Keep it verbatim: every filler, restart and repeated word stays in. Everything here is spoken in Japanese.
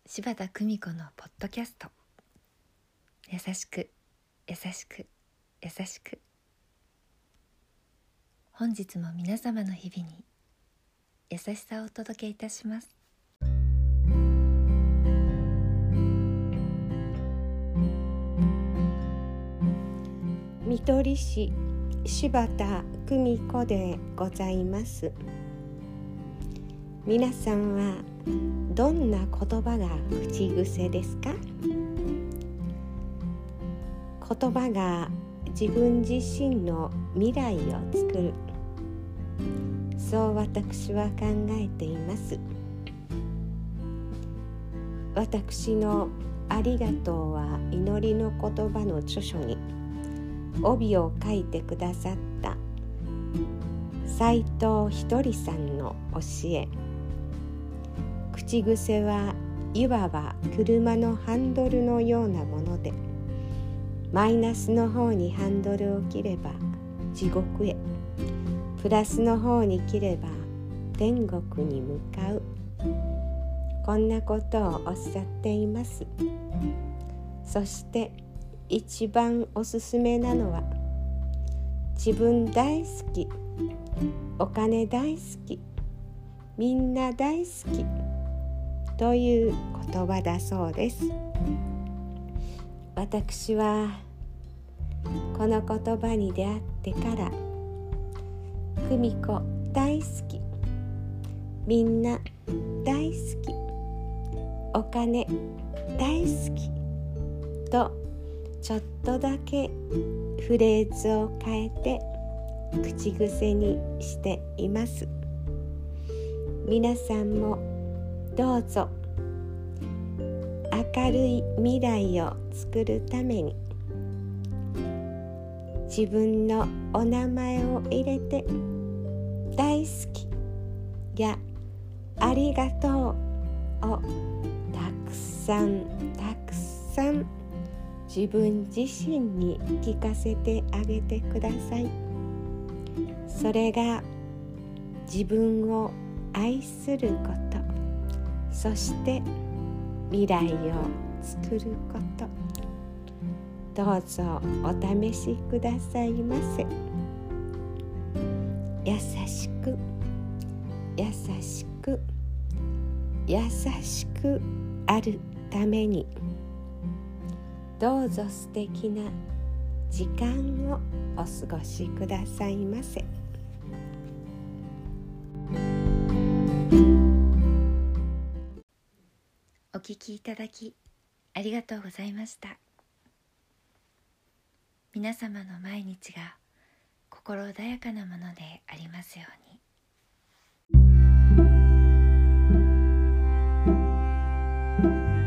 柴田久美子のポッドキャスト。優しく優しく優しく。本日も皆様の日々に優しさをお届けいたします。 看取り師柴田久美子でございます。皆さんはどんな言葉が口癖ですか？言葉が自分自身の未来を作る、そう私は考えています。私のありがとうは祈りの言葉の著書に帯を書いてくださった斉藤ひとりさんの教え、口癖はいわば車のハンドルのようなもので、マイナスの方にハンドルを切れば地獄へ、プラスの方に切れば天国に向かう、こんなことをおっしゃっています。そして一番おすすめなのは、自分大好き、お金大好き、みんな大好きという言葉だそうです。私はこの言葉に出会ってから、久美子大好き、みんな大好き、お金大好きとちょっとだけフレーズを変えて口癖にしています。皆さんもどうぞ明るい未来を作るために、自分のお名前を入れて大好きやありがとうをたくさんたくさん自分自身に聞かせてあげてください。それが自分を愛すること、そして未来を作ること。どうぞお試しくださいませ。優しく優しく優しくあるために、どうぞ素敵な時間をお過ごしくださいませ。 お聞きいただきありがとうございました。皆様の毎日が心穏やかなものでありますように。 thank you